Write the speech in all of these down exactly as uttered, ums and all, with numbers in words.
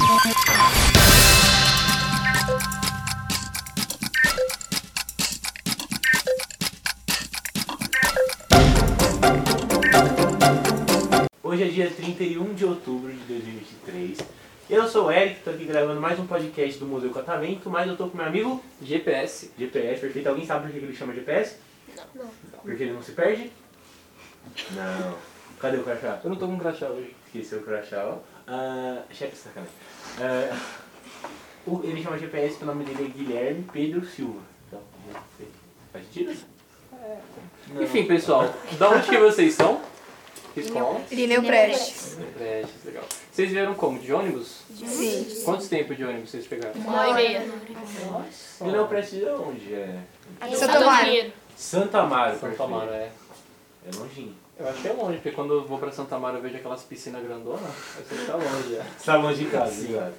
Hoje é dia trinta e um de outubro de dois mil e vinte e três. Eu sou o Eric, estou aqui gravando mais um podcast do Museu Catavento, mas eu estou com meu amigo G P S. G P S, perfeito. Alguém sabe por que ele chama G P S? Não. Não. Porque ele não se perde? Não. Cadê o crachá? Eu não tô com crachá hoje. Esqueceu o crachá, ó. Ah, chefe, sacanagem. Ah, o- ele chama G P S porque o nome dele é Guilherme Pedro Silva. Então, faz sentido? Não. Enfim, pessoal, da onde que vocês são? Que escola? Lineu Prestes. Prestes, legal. Vocês vieram como? De ônibus? Sim. Quantos tempos de ônibus vocês pegaram? Uma hora e meia. Ele não precisa onde? É Santa Amaro. Santa Amaro. Santa perfeito. Amaro, é. É longinho. Eu acho que é longe, porque quando eu vou pra Santa Amaro eu vejo aquelas piscinas grandonas, aí você tá longe já. Você tá longe de casa, ligado?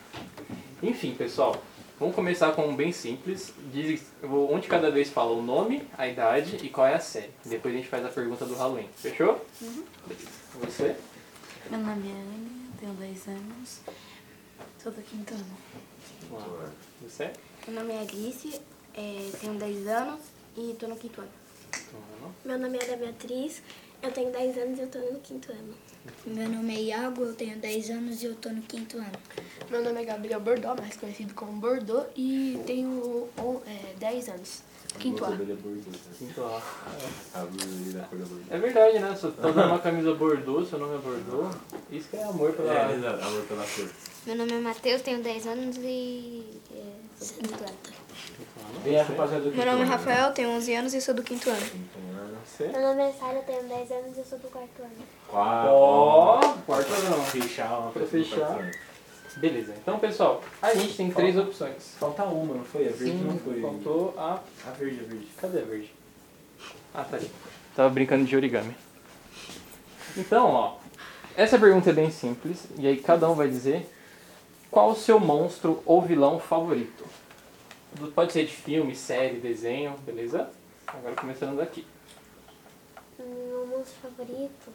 Enfim, pessoal, vamos começar com um bem simples. Diz, eu vou, um de cada vez fala o nome, a idade e qual é a série. Depois a gente faz a pergunta do Halloween. Fechou? Uhum. Você? Meu nome é Anne, tenho dez anos, sou do quinto ano. Vamos lá. Você? Meu nome é Alice, é, tenho dez anos e tô no quinto ano. Ano. Meu nome é Ana Beatriz, eu tenho dez anos e eu tô no quinto ano. Meu nome é Iago, eu tenho dez anos e eu tô no quinto ano. Meu nome é Gabriel Bordeaux, mais conhecido como Bordeaux, e tenho on- é, dez anos. Quinto ano. Quinto ano. A blusa dele da cor da blusa. É verdade, né? Você tá usando uma camisa Bordeaux, seu nome é Bordeaux. Isso que é amor pela... É, exato, amor pela cor. Meu nome é Matheus, tenho dez anos e é, sou do quinto ano. Vem a rapaziada do Meu nome é Rafael, tenho onze anos e sou do quinto ano. Você? Meu nome é Sara, tenho dez anos e eu sou do quarto ano. Ó, quarto não. Fechar uma Pra pessoa do fechar. quarto ano. Beleza, então pessoal, a gente tem três opções. Falta uma, não foi? A verde não foi. Faltou a... A verde, a verde. Cadê a verde? Ah, tá ali. Tava brincando de origami. Então, ó, essa pergunta é bem simples, e aí cada um vai dizer qual o seu monstro ou vilão favorito. Pode ser de filme, série, desenho, beleza? Agora começando daqui. Meu monstro favorito?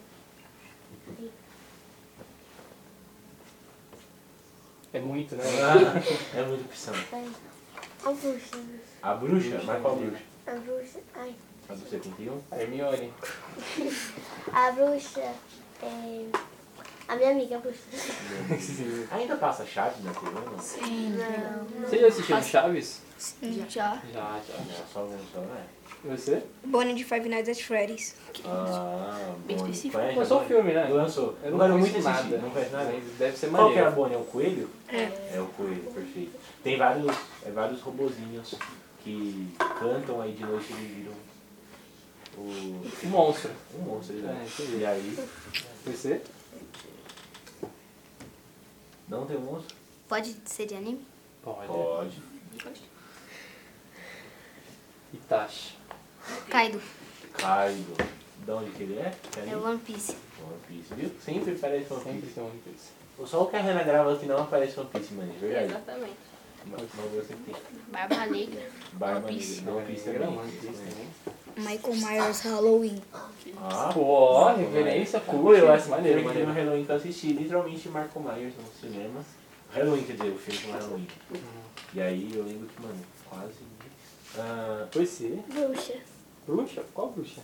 É muito, né? Ah, é muita opção. A bruxa. A bruxa? Mas qual bruxa? A bruxa. Ai. A do setenta e um? A Hermione. A bruxa é. A minha amiga, a bruxa. Ainda passa chave na T V, não? Sim. Não. Você já assistiu Chaves? Já. Já, já. É, só um, só, né? E você? Bonnie de Five Nights at Freddy's. Ah, Bem Bonnie. específico. Conhece a Lançou o Bonnie? filme, né? Lançou. Eu não quero conheço muito assistir, nada. não conhece nada? Mas deve ser Qual que é a maneiro. Bonnie? É o coelho? É. É o coelho, perfeito. Tem vários, é, vários robozinhos que cantam aí de noite e viram o, O monstro. um monstro, É, né? entendi. E aí, Você? não tem um monstro? Pode ser de anime? Pode. Pode. Itachi. Kaido. Kaido. De onde que ele é? Que É anime? o One Piece. One Piece, viu? Sempre parece One Sempre Piece. tem um Piece. Só o que a Renan grava que não aparece One Piece, mano, é verdade. Exatamente. Mas mas você tem. Barba Negra. Barba One Piece. Negra. One Piece É, também. One Piece também. Michael Myers Halloween. Ah, Pô, ó, referência, Pô, cool. eu assisti Maneiro, o maneiro. filme Halloween que eu assisti, literalmente Marco Myers no cinema. Halloween, quer dizer, o filme com Halloween. E aí eu lembro que, mano, quase... Ah, Você? Bruxa. Bruxa? Qual bruxa?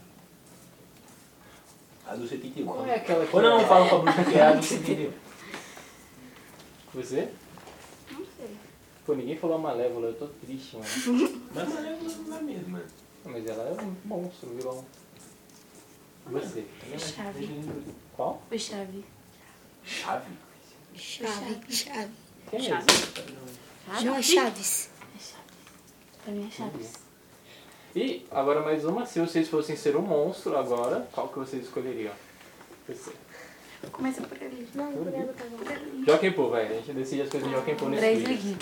a do setenta e um. Qual é aquela que... Quando eu não falo com a bruxa que é a do setenta e um. Você? Não sei. Pô, ninguém falou a Malévola, eu tô triste, mano. Mas não é não é mesmo, mano. Mas ela é um monstro, um vilão. Você? Chave. Qual? O Chave. Chave? Chave. Chave. Quem é Chave. esse? João Chaves. Pra mim é Chaves. E agora mais uma, se vocês fossem ser um monstro agora, qual que vocês escolheriam? Você. Começa por ali. Não, por ela tá bom. Joaquim Pô, vai. A gente decide as coisas de Joaquim Pô nesse Três vídeo. liguinhos.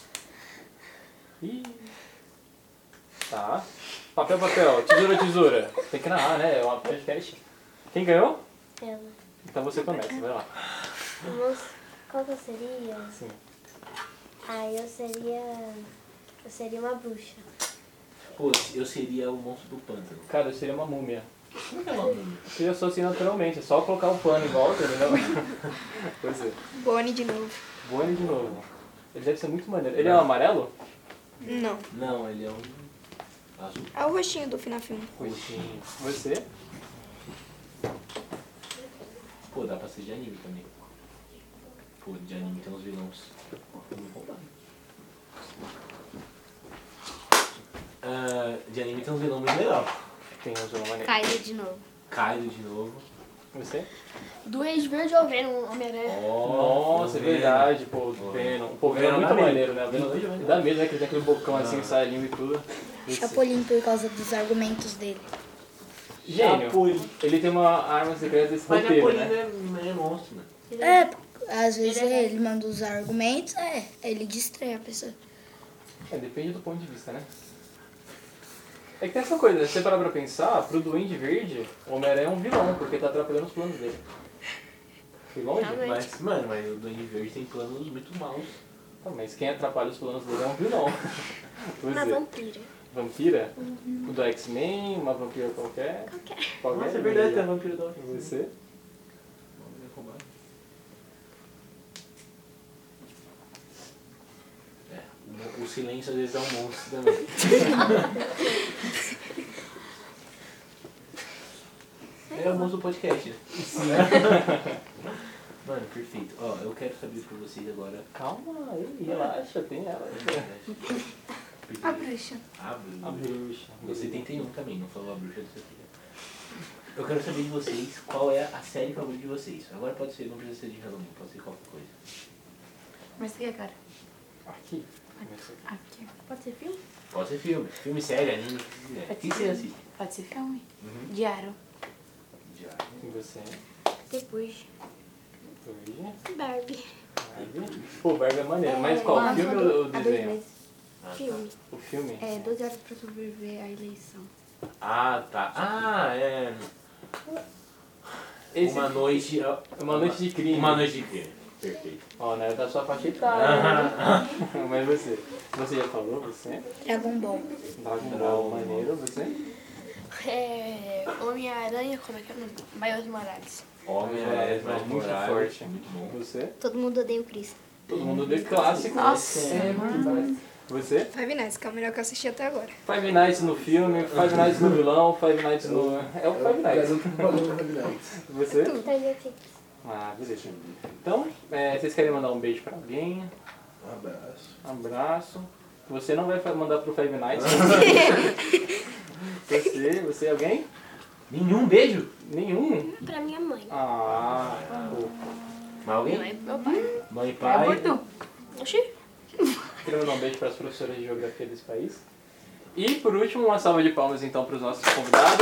Ih. Tá. Papel, papel. Tesoura, tesoura. Tem que narrar, né? É uma podcast. Quem ganhou? Ela. Então você começa, vai lá. Moço, qual que eu seria? Sim. Ah, eu seria. Eu seria uma bruxa. Pô, eu seria o monstro do pântano. Cara, eu seria uma múmia. Como é que é o nome dele? Porque eu sou assim naturalmente, é só colocar o pano em volta, entendeu? Pois é. Bonnie de novo. Bonnie de novo. Ele deve ser muito maneiro. Ele é um amarelo? Não. Não, ele é um azul. É o rostinho do final filme. Roxinho. Você? Pô, dá pra ser de anime também. Pô, de anime tem uns vilões. Muito roubado. Ah, de anime tem uns vilões muito legal. Tem um vilão maneiro. Kaido de novo. Kaido de novo. Você? Do Rage Verde ao Venom, Homem-Aranha. Nossa, é verdade, pô, o Venom. Pô, o Venom é muito dá medo. maneiro, né? O Venom dá medo, né? Que ele tem aquele bocão assim, sai a língua e tudo. Esse- Chapolin por causa dos argumentos dele. Gênio. Chapolin. Ele tem uma arma secreta desse Mas roteiro, Chapolin né? não é, é monstro, né? É, às vezes ele manda os argumentos, é, ele distrai a pessoa. É, depende do ponto de vista, né? É que tem essa coisa, se você parar pra pensar, pro Duende Verde, o Homem-Aranha é um vilão, porque tá atrapalhando os planos dele. Fui longe? Realmente. Mas, mano, mas o Duende Verde tem planos muito maus. Tá, mas quem atrapalha os planos dele é um vilão. Pois Uma é. vampira. Vampira? O do X-Men, uma vampira qualquer? Qualquer. Qualquer Nossa, é verdade, tem a vampira. vampira da outra. Você? É, o- o silêncio às vezes é um monstro também. É o monstro do podcast, né? Mano, perfeito. Ó, eu quero saber pra vocês agora. Calma aí, relaxa, tem ela. A bruxa. A bruxa. A bruxa. Você tem trinta e um também, não falou a bruxa do seu filho. Eu quero saber de vocês qual é a série favorita de vocês. Agora pode ser, não precisa ser de Halloween, pode ser qualquer coisa. Mas o que é, cara? Aqui. Aqui. Pode ser filme? Pode ser filme, filme, série, anime, o que quiser. O que você assiste? Pode ser filme. Uhum. Diário. Já. E você? Depois. Hoje? Barbie. Barbie? Pô, Barbie é maneiro, mas qual? Lançou Filme do- ou há dois desenho? meses. Ah, tá. Filme. O filme? É, doze horas pra sobreviver à eleição. Ah, tá. Ah, é. Esse Uma noite. Uma noite de crime. Uma noite de crime. Perfeito. Ó, não é da sua faixa etária. Mas você? Você já falou, você? Dragon Ball. Dragon Ball, maneiro, você? É. Homem-Aranha, como é que é o nome? Miles Morales. Homem É, é mais muito moral, forte. Muito bom. Você? Todo mundo odeia o Chris. Todo mundo de clássico. Nossa, É, mano. você? Five Nights, que é o melhor que eu assisti até agora. Five Nights no filme, Five Nights no vilão, Five Nights no... É o Five Nights. Você? Stranger Things. Ah, beleza. Então, é, vocês querem mandar um beijo pra alguém? Um abraço. Um abraço. Você não vai fa- mandar pro Five Nights. Você, você, alguém? Nenhum beijo? Nenhum? Pra minha mãe. Ah, pô. Mas alguém? Mãe, meu pai. Mãe e É pai. aborto. Oxi. Queria mandar um beijo para as professoras de geografia desse país. E por último, uma salva de palmas então para os nossos convidados.